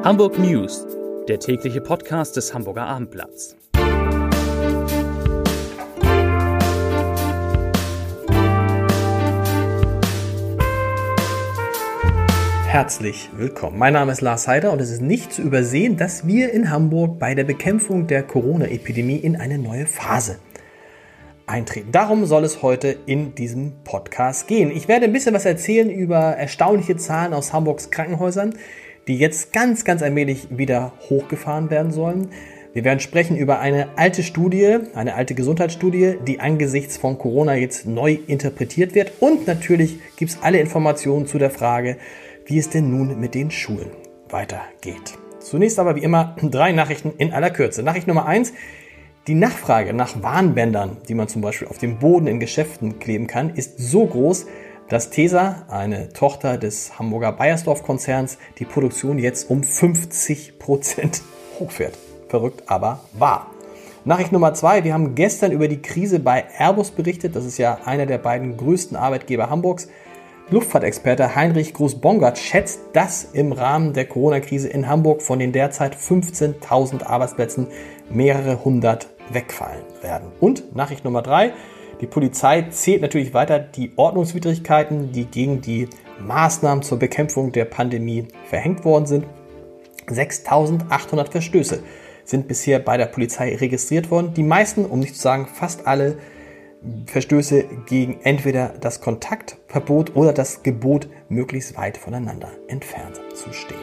Hamburg News, der tägliche Podcast des Hamburger Abendblatts. Herzlich willkommen. Mein Name ist Lars Heider und es ist nicht zu übersehen, dass wir in Hamburg bei der Bekämpfung der Corona-Epidemie in eine neue Phase eintreten. Darum soll es heute in diesem Podcast gehen. Ich werde ein bisschen was erzählen über erstaunliche Zahlen aus Hamburgs Krankenhäusern, die jetzt ganz allmählich wieder hochgefahren werden sollen. Wir werden sprechen über eine alte Gesundheitsstudie, die angesichts von Corona jetzt neu interpretiert wird. Und natürlich gibt es alle Informationen zu der Frage, wie es denn nun mit den Schulen weitergeht. Zunächst aber wie immer 3 Nachrichten in aller Kürze. Nachricht Nummer 1, die Nachfrage nach Warnbändern, die man zum Beispiel auf dem Boden in Geschäften kleben kann, ist so groß, dass Tesa, eine Tochter des Hamburger Beiersdorf-Konzerns, die Produktion jetzt um 50% hochfährt. Verrückt, aber wahr. Nachricht Nummer 2, wir haben gestern über die Krise bei Airbus berichtet. Das ist ja einer der beiden größten Arbeitgeber Hamburgs. Luftfahrtexperte Heinrich Groß-Bongert schätzt, dass im Rahmen der Corona-Krise in Hamburg von den derzeit 15.000 Arbeitsplätzen mehrere hundert wegfallen werden. Und Nachricht Nummer 3, die Polizei zählt natürlich weiter die Ordnungswidrigkeiten, die gegen die Maßnahmen zur Bekämpfung der Pandemie verhängt worden sind. 6.800 Verstöße sind bisher bei der Polizei registriert worden. Die meisten, um nicht zu sagen fast alle, Verstöße gegen entweder das Kontaktverbot oder das Gebot, möglichst weit voneinander entfernt zu stehen.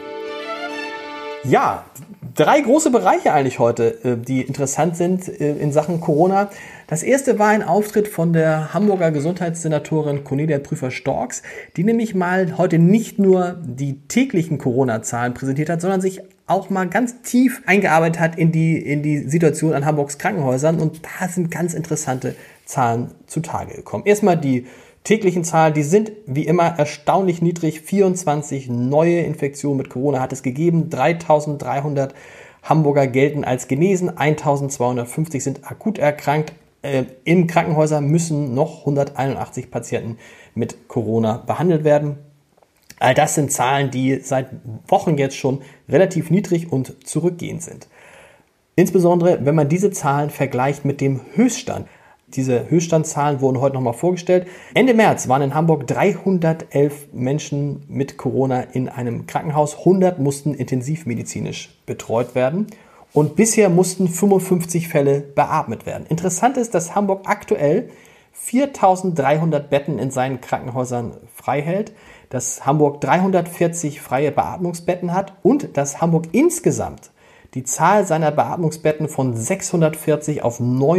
Ja, 3 große Bereiche eigentlich heute, die interessant sind in Sachen Corona. Das erste war ein Auftritt von der Hamburger Gesundheitssenatorin Cornelia Prüfer-Storks, die nämlich mal heute nicht nur die täglichen Corona-Zahlen präsentiert hat, sondern sich auch mal ganz tief eingearbeitet hat in die Situation an Hamburgs Krankenhäusern. Und da sind ganz interessante Zahlen zutage gekommen. Erstmal die täglichen Zahlen, die sind wie immer erstaunlich niedrig. 24 neue Infektionen mit Corona hat es gegeben. 3.300 Hamburger gelten als genesen. 1.250 sind akut erkrankt. In Krankenhäusern müssen noch 181 Patienten mit Corona behandelt werden. All das sind Zahlen, die seit Wochen jetzt schon relativ niedrig und zurückgehend sind. Insbesondere, wenn man diese Zahlen vergleicht mit dem Höchststand. Diese Höchststandzahlen wurden heute nochmal vorgestellt. Ende März waren in Hamburg 311 Menschen mit Corona in einem Krankenhaus. 100 mussten intensivmedizinisch betreut werden. Und bisher mussten 55 Fälle beatmet werden. Interessant ist, dass Hamburg aktuell 4.300 Betten in seinen Krankenhäusern frei hält, dass Hamburg 340 freie Beatmungsbetten hat und dass Hamburg insgesamt die Zahl seiner Beatmungsbetten von 640 auf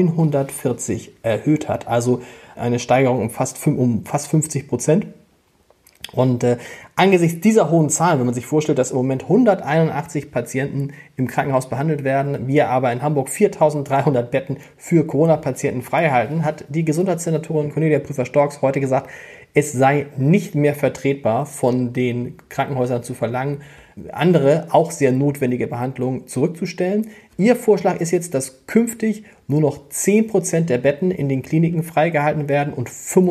940 erhöht hat. Also eine Steigerung um fast 50%. Und angesichts dieser hohen Zahlen, wenn man sich vorstellt, dass im Moment 181 Patienten im Krankenhaus behandelt werden, wir aber in Hamburg 4.300 Betten für Corona-Patienten freihalten, hat die Gesundheitssenatorin Cornelia Prüfer-Storks heute gesagt, es sei nicht mehr vertretbar, von den Krankenhäusern zu verlangen, andere, auch sehr notwendige Behandlungen zurückzustellen. Ihr Vorschlag ist jetzt, dass künftig nur noch 10% der Betten in den Kliniken freigehalten werden und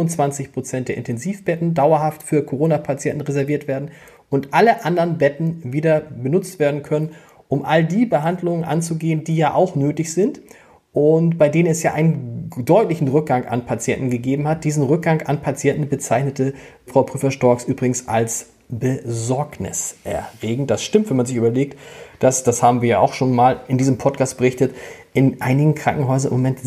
25% der Intensivbetten dauerhaft für Corona-Patienten reserviert werden und alle anderen Betten wieder benutzt werden können, um all die Behandlungen anzugehen, die ja auch nötig sind und bei denen es ja einen deutlichen Rückgang an Patienten gegeben hat. Diesen Rückgang an Patienten bezeichnete Frau Prüfer-Storks übrigens als besorgniserregend. Das stimmt, wenn man sich überlegt, dass, das haben wir ja auch schon mal in diesem Podcast berichtet, in einigen Krankenhäusern im Moment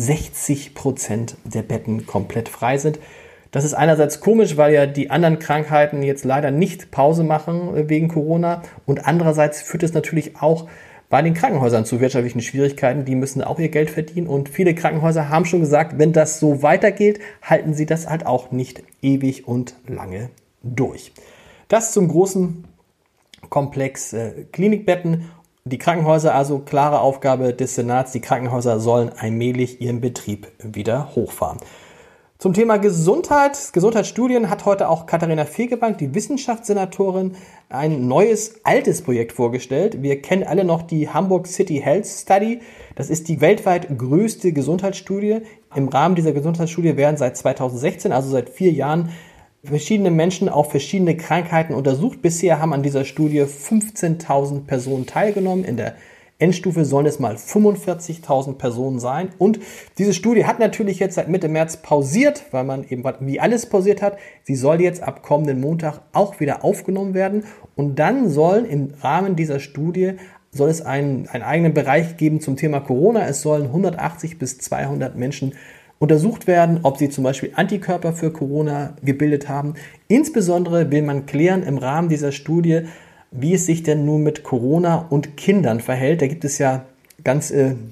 60% der Betten komplett frei sind. Das ist einerseits komisch, weil ja die anderen Krankheiten jetzt leider nicht Pause machen wegen Corona und andererseits führt es natürlich auch bei den Krankenhäusern zu wirtschaftlichen Schwierigkeiten. Die müssen auch ihr Geld verdienen und viele Krankenhäuser haben schon gesagt, wenn das so weitergeht, halten sie das halt auch nicht ewig und lange durch. Das zum großen Komplex Klinikbetten. Die Krankenhäuser, also klare Aufgabe des Senats, die Krankenhäuser sollen allmählich ihren Betrieb wieder hochfahren. Zum Thema Gesundheitsstudien hat heute auch Katharina Fegebank, die Wissenschaftssenatorin, ein altes Projekt vorgestellt. Wir kennen alle noch die Hamburg City Health Study. Das ist die weltweit größte Gesundheitsstudie. Im Rahmen dieser Gesundheitsstudie werden seit 2016, also seit 4 Jahren, verschiedene Menschen auf verschiedene Krankheiten untersucht. Bisher haben an dieser Studie 15.000 Personen teilgenommen. In der Endstufe sollen es mal 45.000 Personen sein. Und diese Studie hat natürlich jetzt seit Mitte März pausiert, weil man eben wie alles pausiert hat. Sie soll jetzt ab kommenden Montag auch wieder aufgenommen werden. Und dann sollen im Rahmen dieser Studie einen eigenen Bereich geben zum Thema Corona. Es sollen 180 bis 200 Menschen untersucht werden, ob sie zum Beispiel Antikörper für Corona gebildet haben. Insbesondere will man klären im Rahmen dieser Studie, wie es sich denn nun mit Corona und Kindern verhält. Da gibt es ja ganz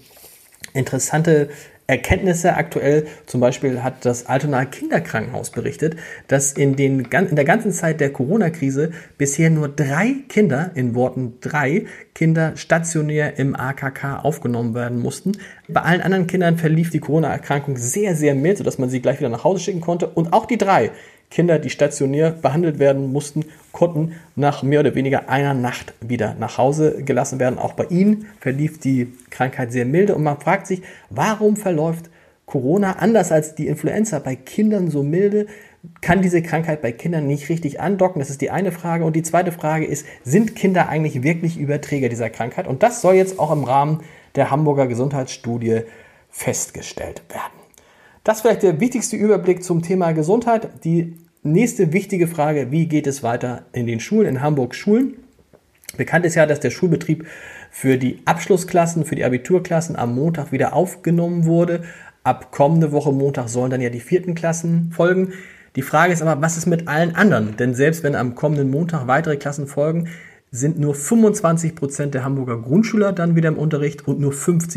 interessante Erkenntnisse aktuell. Zum Beispiel hat das Altonaer Kinderkrankenhaus berichtet, dass in der ganzen Zeit der Corona-Krise bisher nur 3 Kinder, in Worten 3 Kinder, stationär im AKK aufgenommen werden mussten. Bei allen anderen Kindern verlief die Corona-Erkrankung sehr, sehr mild, sodass man sie gleich wieder nach Hause schicken konnte. Und auch die 3 Kinder, die stationär behandelt werden mussten, konnten nach mehr oder weniger einer Nacht wieder nach Hause gelassen werden. Auch bei ihnen verlief die Krankheit sehr milde und man fragt sich, warum verläuft Corona anders als die Influenza bei Kindern so milde? Kann diese Krankheit bei Kindern nicht richtig andocken? Das ist die eine Frage. Und die zweite Frage ist, sind Kinder eigentlich wirklich Überträger dieser Krankheit? Und das soll jetzt auch im Rahmen der Hamburger Gesundheitsstudie festgestellt werden. Das ist vielleicht der wichtigste Überblick zum Thema Gesundheit. Die nächste wichtige Frage, wie geht es weiter in den Schulen, in Hamburgs Schulen? Bekannt ist ja, dass der Schulbetrieb für die Abschlussklassen, für die Abiturklassen am Montag wieder aufgenommen wurde. Ab kommende Woche Montag sollen dann ja die 4. Klassen folgen. Die Frage ist aber, was ist mit allen anderen? Denn selbst wenn am kommenden Montag weitere Klassen folgen, sind nur 25% der Hamburger Grundschüler dann wieder im Unterricht und nur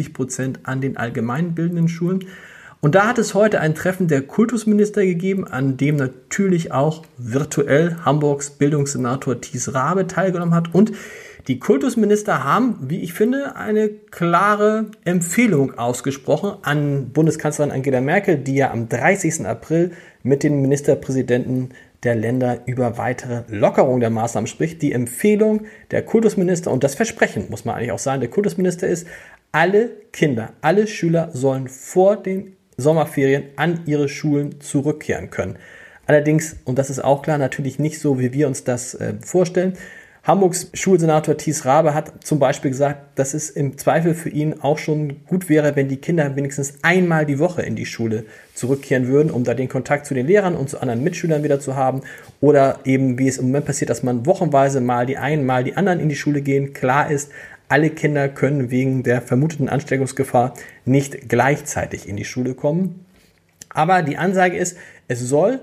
50% an den allgemeinbildenden Schulen. Und da hat es heute ein Treffen der Kultusminister gegeben, an dem natürlich auch virtuell Hamburgs Bildungssenator Thies Rabe teilgenommen hat. Und die Kultusminister haben, wie ich finde, eine klare Empfehlung ausgesprochen an Bundeskanzlerin Angela Merkel, die ja am 30. April mit den Ministerpräsidenten der Länder über weitere Lockerung der Maßnahmen spricht. Die Empfehlung der Kultusminister und das Versprechen, muss man eigentlich auch sagen, der Kultusminister ist, alle Kinder, alle Schüler sollen vor den Sommerferien an ihre Schulen zurückkehren können. Allerdings, und das ist auch klar, natürlich nicht so, wie wir uns das vorstellen. Hamburgs Schulsenator Thies Rabe hat zum Beispiel gesagt, dass es im Zweifel für ihn auch schon gut wäre, wenn die Kinder wenigstens einmal die Woche in die Schule zurückkehren würden, um da den Kontakt zu den Lehrern und zu anderen Mitschülern wieder zu haben. Oder eben, wie es im Moment passiert, dass man wochenweise mal die einen, mal die anderen in die Schule gehen. Klar ist, alle Kinder können wegen der vermuteten Ansteckungsgefahr nicht gleichzeitig in die Schule kommen. Aber die Ansage ist, es soll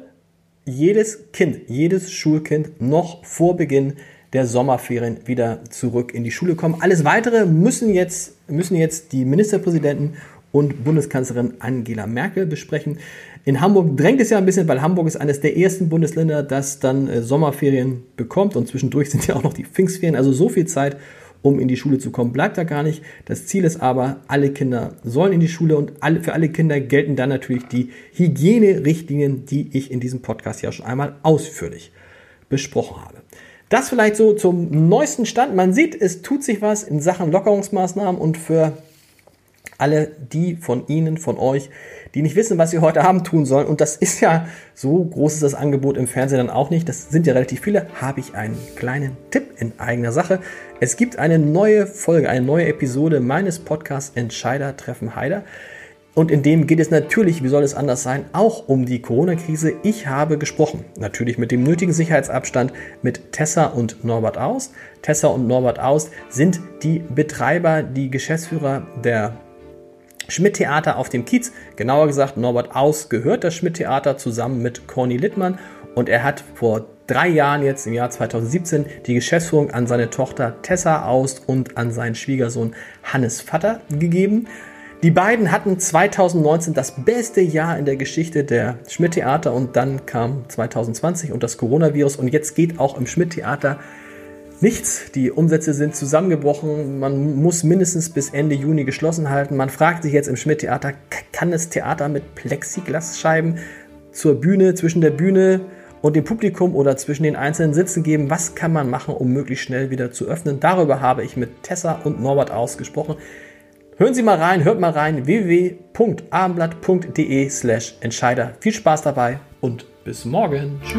jedes Kind, jedes Schulkind noch vor Beginn der Sommerferien wieder zurück in die Schule kommen. Alles Weitere müssen jetzt die Ministerpräsidenten und Bundeskanzlerin Angela Merkel besprechen. In Hamburg drängt es ja ein bisschen, weil Hamburg ist eines der ersten Bundesländer, das dann Sommerferien bekommt und zwischendurch sind ja auch noch die Pfingstferien, also so viel Zeit, um in die Schule zu kommen, bleibt da gar nicht. Das Ziel ist aber, alle Kinder sollen in die Schule und für alle Kinder gelten dann natürlich die Hygienerichtlinien, die ich in diesem Podcast ja schon einmal ausführlich besprochen habe. Das vielleicht so zum neuesten Stand. Man sieht, es tut sich was in Sachen Lockerungsmaßnahmen und für alle die von Ihnen, von euch, die nicht wissen, was sie heute Abend tun sollen, und das ist ja, so groß ist das Angebot im Fernsehen dann auch nicht, das sind ja relativ viele, habe ich einen kleinen Tipp in eigener Sache. Es gibt eine neue Folge, eine neue Episode meines Podcasts Entscheider treffen Heider. Und in dem geht es natürlich, wie soll es anders sein, auch um die Corona-Krise. Ich habe gesprochen, natürlich mit dem nötigen Sicherheitsabstand, mit Tessa und Norbert Aust. Tessa und Norbert Aust sind die Betreiber, die Geschäftsführer der Schmidt-Theater auf dem Kiez. Genauer gesagt, Norbert Aust gehört das Schmidt-Theater zusammen mit Corny Littmann. Und er hat vor 3 Jahren, jetzt im Jahr 2017, die Geschäftsführung an seine Tochter Tessa Aust und an seinen Schwiegersohn Hannes Vatter gegeben. Die beiden hatten 2019 das beste Jahr in der Geschichte der Schmidt-Theater und dann kam 2020 und das Coronavirus und jetzt geht auch im Schmidt-Theater nichts. Die Umsätze sind zusammengebrochen, man muss mindestens bis Ende Juni geschlossen halten. Man fragt sich jetzt im Schmidt-Theater, kann das Theater mit Plexiglasscheiben zur Bühne, zwischen der Bühne und dem Publikum oder zwischen den einzelnen Sitzen geben? Was kann man machen, um möglichst schnell wieder zu öffnen? Darüber habe ich mit Tessa und Norbert Aust gesprochen. Hören Sie mal rein, hört mal rein, www.abendblatt.de/Entscheider. Viel Spaß dabei und Bis morgen. Tschüss.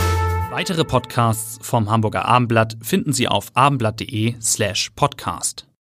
Weitere Podcasts vom Hamburger Abendblatt finden Sie auf abendblatt.de/podcast.